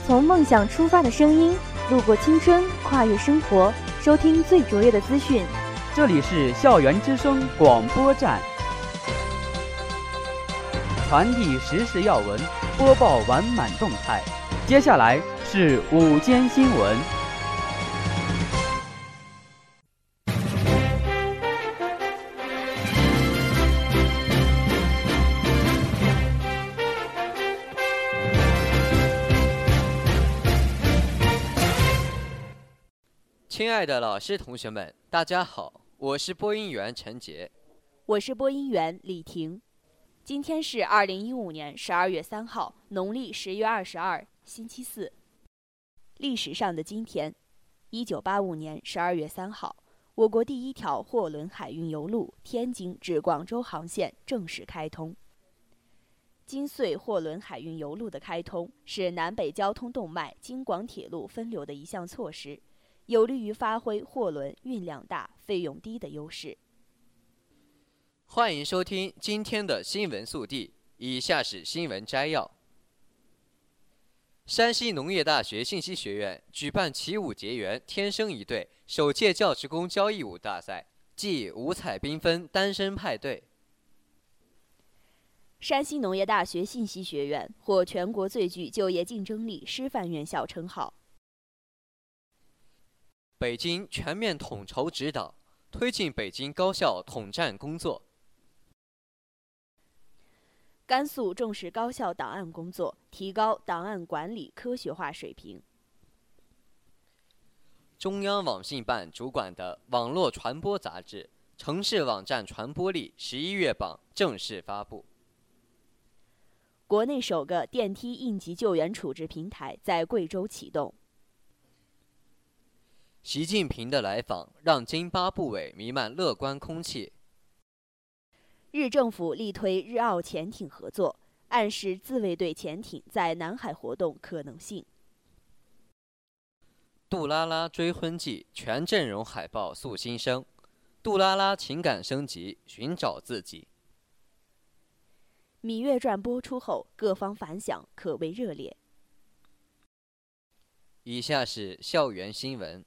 从梦想出发的声音，路过青春，跨越生活，收听最卓越的资讯。 这里是校园之声广播站，传递时事要闻，播报完满动态。接下来是午间新闻。 亲爱的老师同学们，大家好，我是播音员陈杰， 我是播音员李婷。今天是2015年12月3号，农历10月22，星期四。历史上的今天，1985年12月3号，我国第一条货轮海运油路天津至广州航线正式开通。京穗货轮海运油路的开通是南北交通动脉京广铁路分流的一项措施，有利于发挥货轮运量大、费用低的优势。 欢迎收听今天的新闻速递，以下是新闻摘要。山西农业大学信息学院举办起舞结缘天生一对首届教职工交谊舞大赛暨五彩缤纷单身派对。 山西农业大学信息学院获全国最具就业竞争力师范院校称号。 北京全面统筹指导，推进北京高校统战工作。 甘肃重视高校档案工作，提高档案管理科学化水平。 中央网信办主管的网络传播杂志《城市网站传播力11月榜》正式发布。 国内首个电梯应急救援处置平台在贵州启动。 习近平的来访让津巴布韦弥漫乐观空气。 日政府力推日澳潜艇合作，暗示自卫队潜艇在南海活动可能性。 杜拉拉追婚记全阵容海报诉心声，杜拉拉情感升级，寻找自己。 《芈月传》播出后，各方反响可谓热烈。 以下是校园新闻。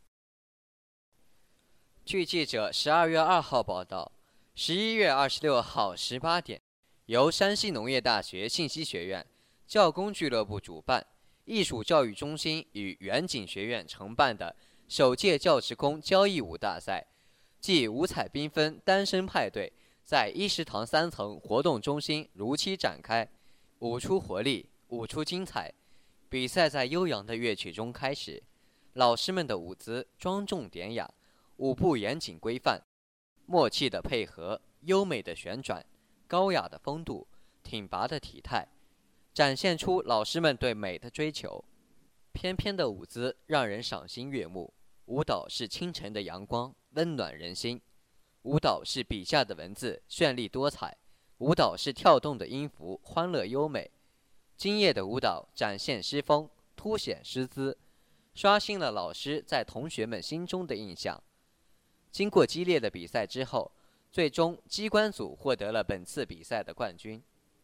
据记者12月2号报道，11月26号18点，由山西农业大学信息学院教工俱乐部主办，艺术教育中心与远景学院承办的首届教职工交谊舞大赛暨五彩缤纷单身派对，在一食堂3层活动中心如期展开，舞出活力，舞出精彩。比赛在悠扬的乐曲中开始，老师们的舞姿庄重典雅，舞步严谨规范，默契的配合，优美的旋转，高雅的风度，挺拔的体态，展现出老师们对美的追求。翩翩的舞姿让人赏心悦目，舞蹈是清晨的阳光，温暖人心。舞蹈是笔下的文字，绚丽多彩；舞蹈是跳动的音符，欢乐优美。今夜的舞蹈展现诗风，凸显诗姿，刷新了老师在同学们心中的印象。经过激烈的比赛之后，最终机关组获得了本次比赛的冠军。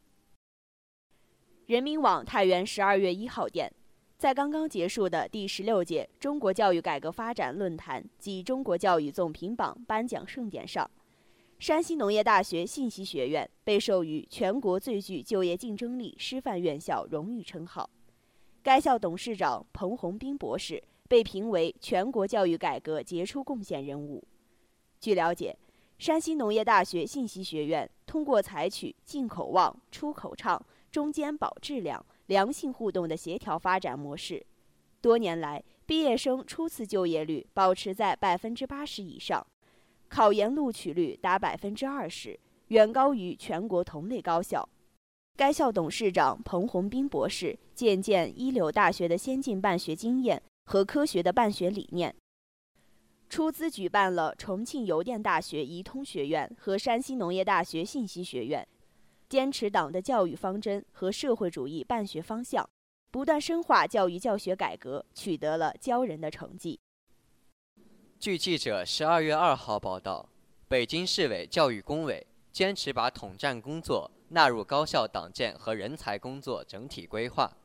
人民网太原12月1号电，在刚刚结束的第16届中国教育改革发展论坛暨中国教育总评榜颁奖盛典上，山西农业大学信息学院被授予全国最具就业竞争力师范院校荣誉称号。该校董事长彭宏斌博士被评为全国教育改革杰出贡献人物。据了解，山西农业大学信息学院通过采取进口旺、出口畅、中间保质量、良性互动的协调发展模式，多年来毕业生初次就业率保持在80%以上，考研录取率达20%，远高于全国同类高校。该校董事长彭宏斌博士借鉴一流大学的先进办学经验和科学的办学理念，出资举办了重庆邮电大学宜通学院和山西农业大学信息学院，坚持党的教育方针和社会主义办学方向，不断深化教育教学改革，取得了骄人的成绩。 据记者12月2号报道，北京市委教育工委坚持把统战工作纳入高校党建和人才工作整体规划，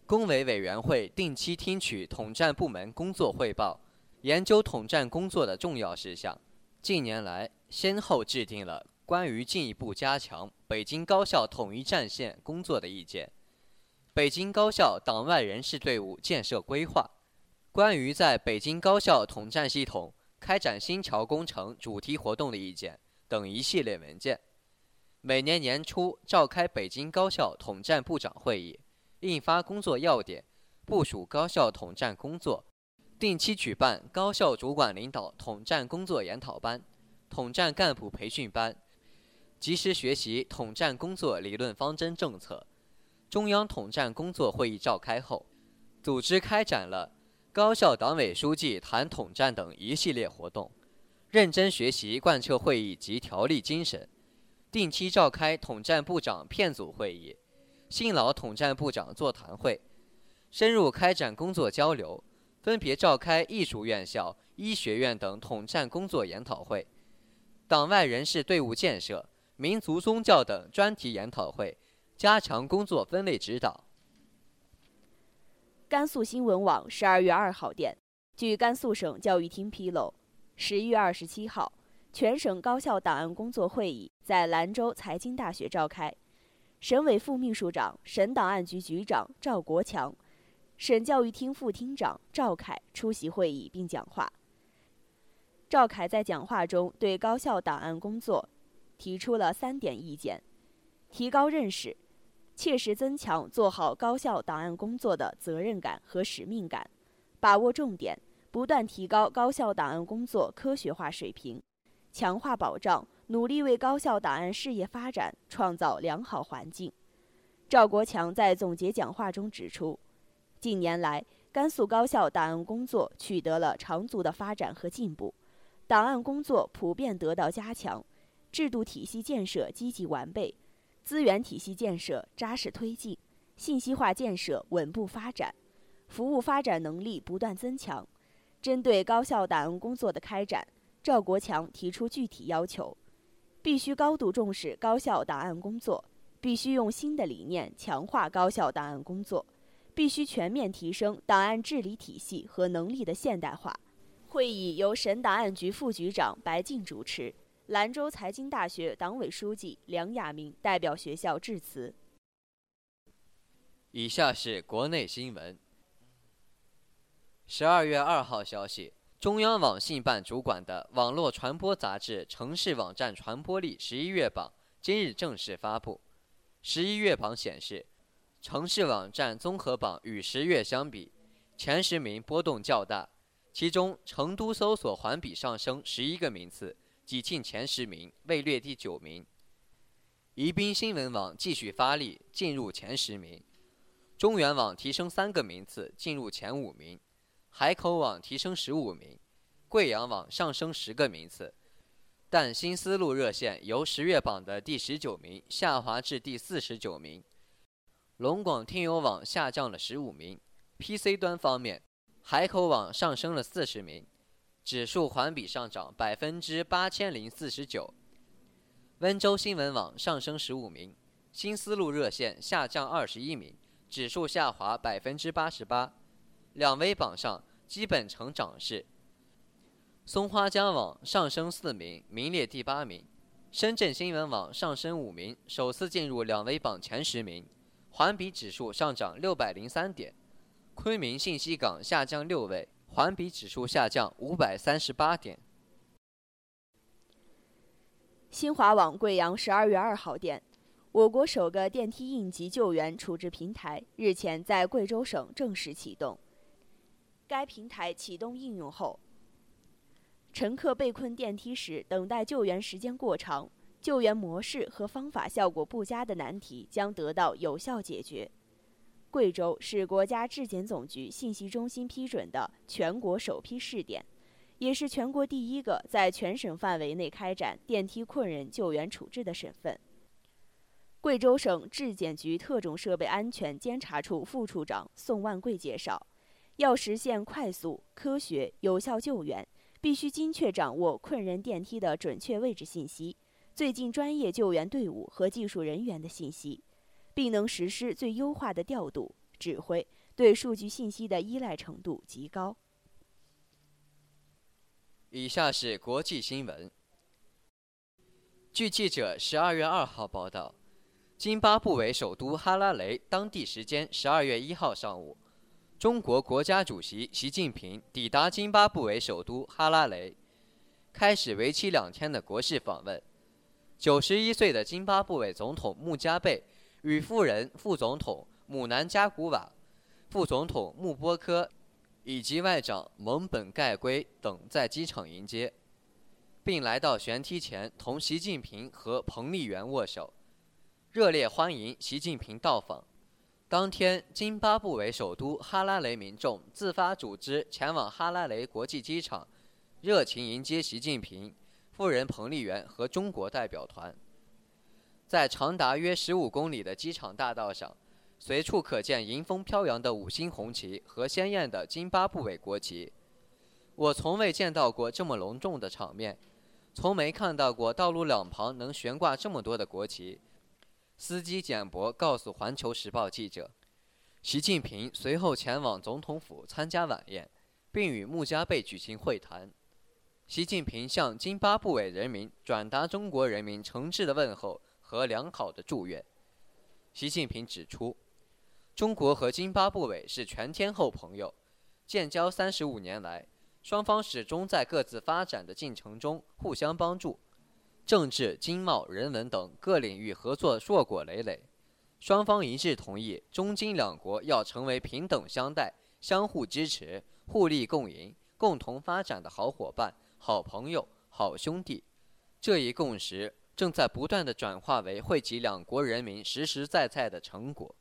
工委委员会定期听取统战部门工作汇报，研究统战工作的重要事项。近年来，先后制定了关于进一步加强北京高校统一战线工作的意见、北京高校党外人士队伍建设规划、关于在北京高校统战系统开展新桥工程主题活动的意见等一系列文件。每年年初召开北京高校统战部长会议，印发工作要点，部署高校统战工作，定期举办高校主管领导统战工作研讨班、统战干部培训班，及时学习统战工作理论方针政策。中央统战工作会议召开后，组织开展了高校党委书记谈统战等一系列活动，认真学习贯彻会议及条例精神，定期召开统战部长片组会议、新老统战部长座谈会，深入开展工作交流，分别召开艺术院校、医学院等统战工作研讨会、党外人士队伍建设、民族宗教等专题研讨会，加强工作分类指导。 甘肃新闻网12月2号电，据甘肃省教育厅披露，11月27号，全省高校档案工作会议在兰州财经大学召开。省委副秘书长、省档案局局长赵国强、省教育厅副厅长赵凯出席会议并讲话。赵凯在讲话中对高校档案工作提出了3点意见：提高认识，切实增强做好高校档案工作的责任感和使命感，把握重点，不断提高高校档案工作科学化水平，强化保障，努力为高校档案事业发展创造良好环境。赵国强在总结讲话中指出，近年来，甘肃高校档案工作取得了长足的发展和进步，档案工作普遍得到加强，制度体系建设积极完备，资源体系建设扎实推进，信息化建设稳步发展，服务发展能力不断增强。针对高校档案工作的开展，赵国强提出具体要求：必须高度重视高校档案工作，必须用新的理念强化高校档案工作，必须全面提升档案治理体系和能力的现代化。会议由省档案局副局长白静主持，兰州财经大学党委书记梁亚明代表学校致辞。 以下是国内新闻。12月2号消息，中央网信办主管的网络传播杂志《城市网站传播力11月榜》今日正式发布。11月榜显示，城市网站综合榜与10月相比，前10名波动较大，其中成都搜索环比上升11个名次，挤进前10名，位列第9名。宜宾新闻网继续发力，进入前10名。中原网提升3个名次，进入前5名。海口网提升15名，贵阳网上升10个名次，但新丝路热线由10月榜的第19名下滑至第49名。龙广听友网下降了15名。PC 端方面，海口网上升了40名，指数环比上涨8049%。温州新闻网上升15名，新丝路热线下降21名，指数下滑88%。两微榜上基本呈涨势。松花江网上升4名，名列第8名。深圳新闻网上升5名，首次进入两微榜前10名，环比指数上涨603点。昆明信息港下降6位，环比指数下降538点。 新华网贵阳12月2号电，我国首个电梯应急救援处置平台日前在贵州省正式启动。该平台启动应用后，乘客被困电梯时等待救援时间过长、救援模式和方法效果不佳的难题将得到有效解决。贵州是国家质检总局信息中心批准的全国首批试点，也是全国第一个在全省范围内开展电梯困人救援处置的省份。贵州省质检局特种设备安全监察处副处长宋万贵介绍，要实现快速、科学、有效救援，必须精确掌握困人电梯的准确位置信息、最近专业救援队伍和技术人员的信息，并能实施最优化的调度、指挥对数据信息的依赖程度极高。 以下是国际新闻。据记者12月2号报道，津巴布韦首都哈拉雷当地时间12月1号上午，中国国家主席习近平抵达津巴布韦首都哈拉雷，开始为期2天的国事访问。91岁的津巴布韦总统穆加贝与夫人副总统姆南加古瓦、副总统穆波科以及外长蒙本盖圭等在机场迎接，并来到舷梯前同习近平和彭丽媛握手，热烈欢迎习近平到访。当天，津巴布韦首都哈拉雷民众自发组织前往哈拉雷国际机场，热情迎接习近平、夫人彭丽媛和中国代表团。在长达约15公里的机场大道上，随处可见迎风飘扬的5星红旗和鲜艳的津巴布韦国旗。我从未见到过这么隆重的场面，从没看到过道路两旁能悬挂这么多的国旗。司机简博告诉《环球时报》记者，习近平随后前往总统府参加晚宴，并与穆加贝举行会谈。习近平向津巴布韦人民转达中国人民诚挚的问候和良好的祝愿。习近平指出，中国和津巴布韦是全天候朋友，建交35年来，双方始终在各自发展的进程中互相帮助，政治、经贸、人文等各领域合作硕果累累。双方一致同意，中津两国要成为平等相待、相互支持、互利共赢、共同发展的好伙伴、好朋友、好兄弟。这一共识正在不断地转化为惠及两国人民实实在在的成果。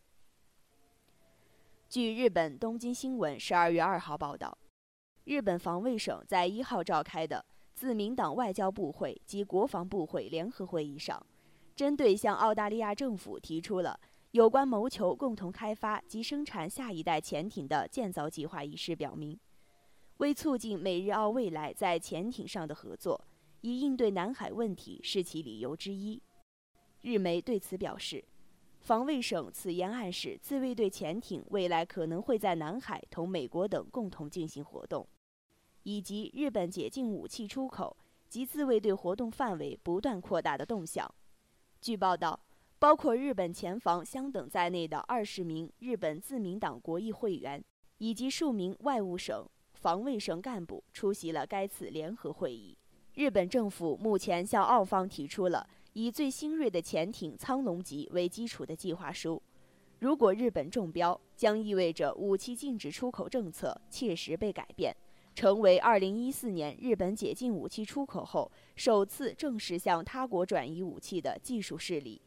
据日本东京新闻12月2号报道，日本防卫省在1号召开的自民党外交部会及国防部会联合会议上，针对向澳大利亚政府提出了有关谋求共同开发及生产下一代潜艇的建造计划一事表明，为促进美日澳未来在潜艇上的合作，以应对南海问题是其理由之一。日媒对此表示，防卫省此言暗示自卫队潜艇未来可能会在南海同美国等共同进行活动，以及日本解禁武器出口及自卫队活动范围不断扩大的动向。据报道，包括日本前防相等在内的20名日本自民党国议会员以及数名外务省、防卫省干部出席了该次联合会议。日本政府目前向澳方提出了以最新锐的潜艇苍龙级为基础的计划书，如果日本中标，将意味着武器禁止出口政策切实被改变，成为2014年日本解禁武器出口后首次正式向他国转移武器的技术示例。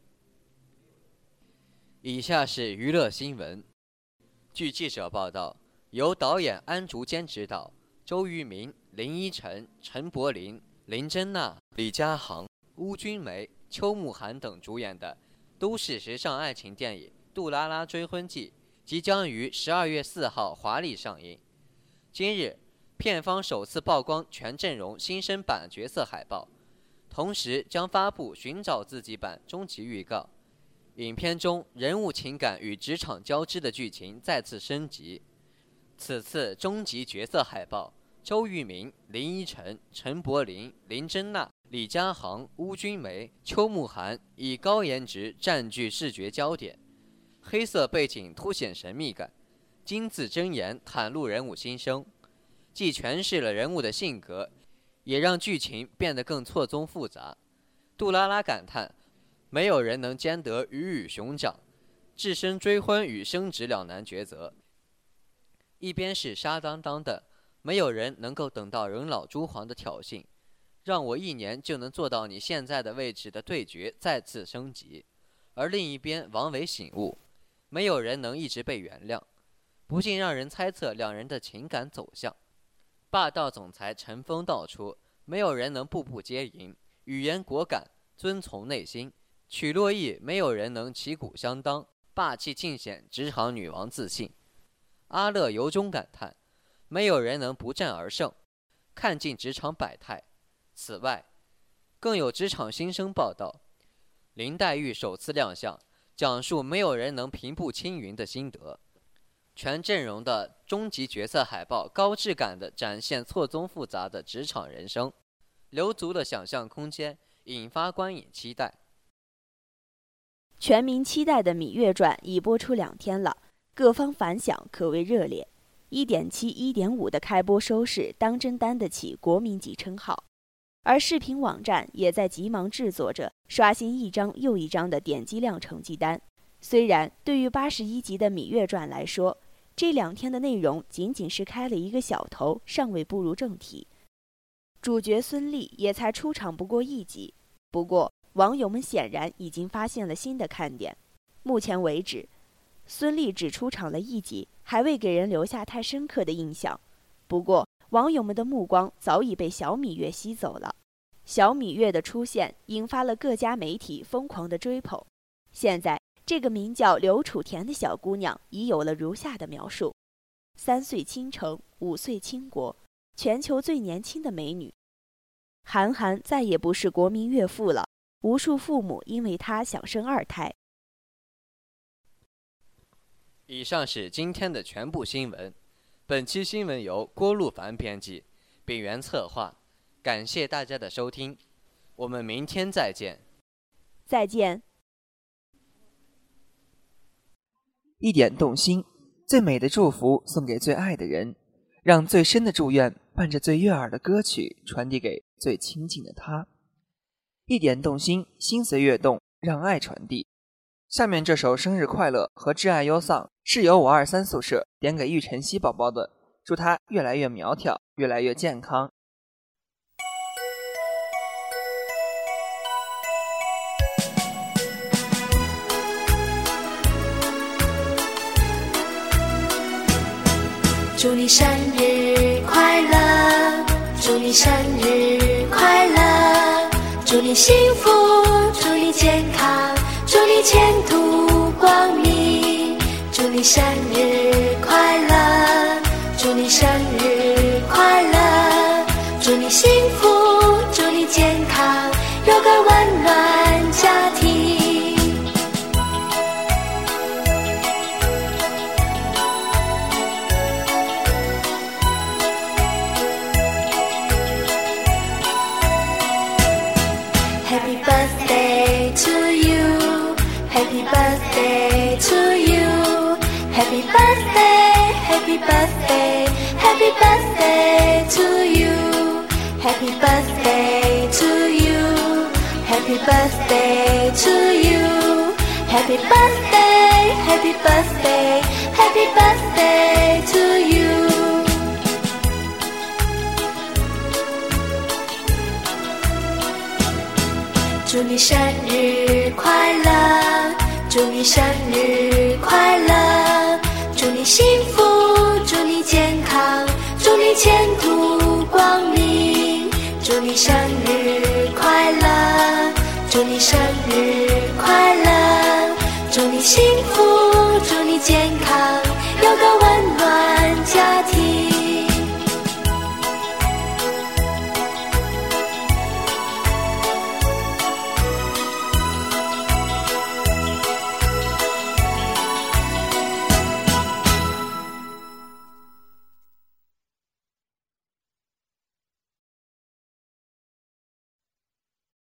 以下是娱乐新闻。据记者报道，由导演安竹坚执导，周渝民、林依晨、陈柏霖、林珍娜、李佳航、邬君梅、邱慕寒等主演的都市时尚爱情电影《杜拉拉追婚记》即将于12月4号华丽上映。今日，片方首次曝光全阵容新生版角色海报，同时将发布《寻找自己》版终极预告。影片中人物情感与职场交织的剧情再次升级。此次终极角色海报，周渝民、林依晨、陈柏霖、林珍娜、李佳航、邬君梅、邱慕寒以高颜值占据视觉焦点，黑色背景凸显神秘感，金字真言袒露人物心声，既诠释了人物的性格，也让剧情变得更错综复杂。杜拉拉感叹，没有人能兼得鱼与熊掌，置身追婚与升职两难抉择。一边是沙当当的没有人能够等到人老珠黄的挑衅，让我1年就能做到你现在的位置的对决再次升级，而另一边王伟醒悟，没有人能一直被原谅，不禁让人猜测两人的情感走向。霸道总裁陈锋道出，没有人能步步皆赢，语言果敢，遵从内心。曲洛毅，没有人能旗鼓相当，霸气尽显职场女王自信。阿乐由衷感叹，没有人能不战而胜，看尽职场百态。此外，更有职场新生报道，林黛玉首次亮相，讲述没有人能平步青云的心得。 全阵容的终极角色海报高质感地展现错综复杂的职场人生，留足了想象空间，引发观影期待。 全民期待的《芈月传》已播出2天了，各方反响可谓热烈。1.7、1.5的开播收视当真担得起国民级称号，而视频网站也在急忙制作着刷新一张又一张的点击量成绩单。虽然对于81集的《芈月传》来说，这2天的内容仅仅是开了一个小头，尚未步入正题。主角孙俪也才出场不过1集，不过网友们显然已经发现了新的看点。目前为止，孙俪只出场了1集，还未给人留下太深刻的印象。不过网友们的目光早已被小芈月吸走了。小芈月的出现引发了各家媒体疯狂的追捧。现在这个名叫刘楚田的小姑娘已有了如下的描述：3岁倾城，5岁倾国，全球最年轻的美女。韩寒再也不是国民岳父了，无数父母因为他想生2胎。 以上是今天的全部新闻。本期新闻由郭路凡编辑，秉源策划。感谢大家的收听，我们明天再见。 再见。 一点动心，最美的祝福送给最爱的人，让最深的祝愿伴着最悦耳的歌曲传递给最亲近的他。一点动心，心随悦动，让爱传递。下面这首生日快乐和挚爱忧丧是由523宿舍点给庾晨曦宝宝的，祝他越来越苗条，越来越健康。 祝你生日快乐，祝你生日快乐，祝你幸福，祝你健康，祝你前途光明。祝你生日快乐，祝你生日快乐，祝你幸福，祝你健康，有个温暖家庭。Happy birthday to you, happy birthday to you, happy birthday, happy birthday, happy birthday to you, happy birthday to you, happy birthday to you, happy birthday, happy birthday, happy birthday to you.祝你生日快乐，祝你生日快乐，祝你幸福，祝你健康，祝你前途光明。祝你生日快乐。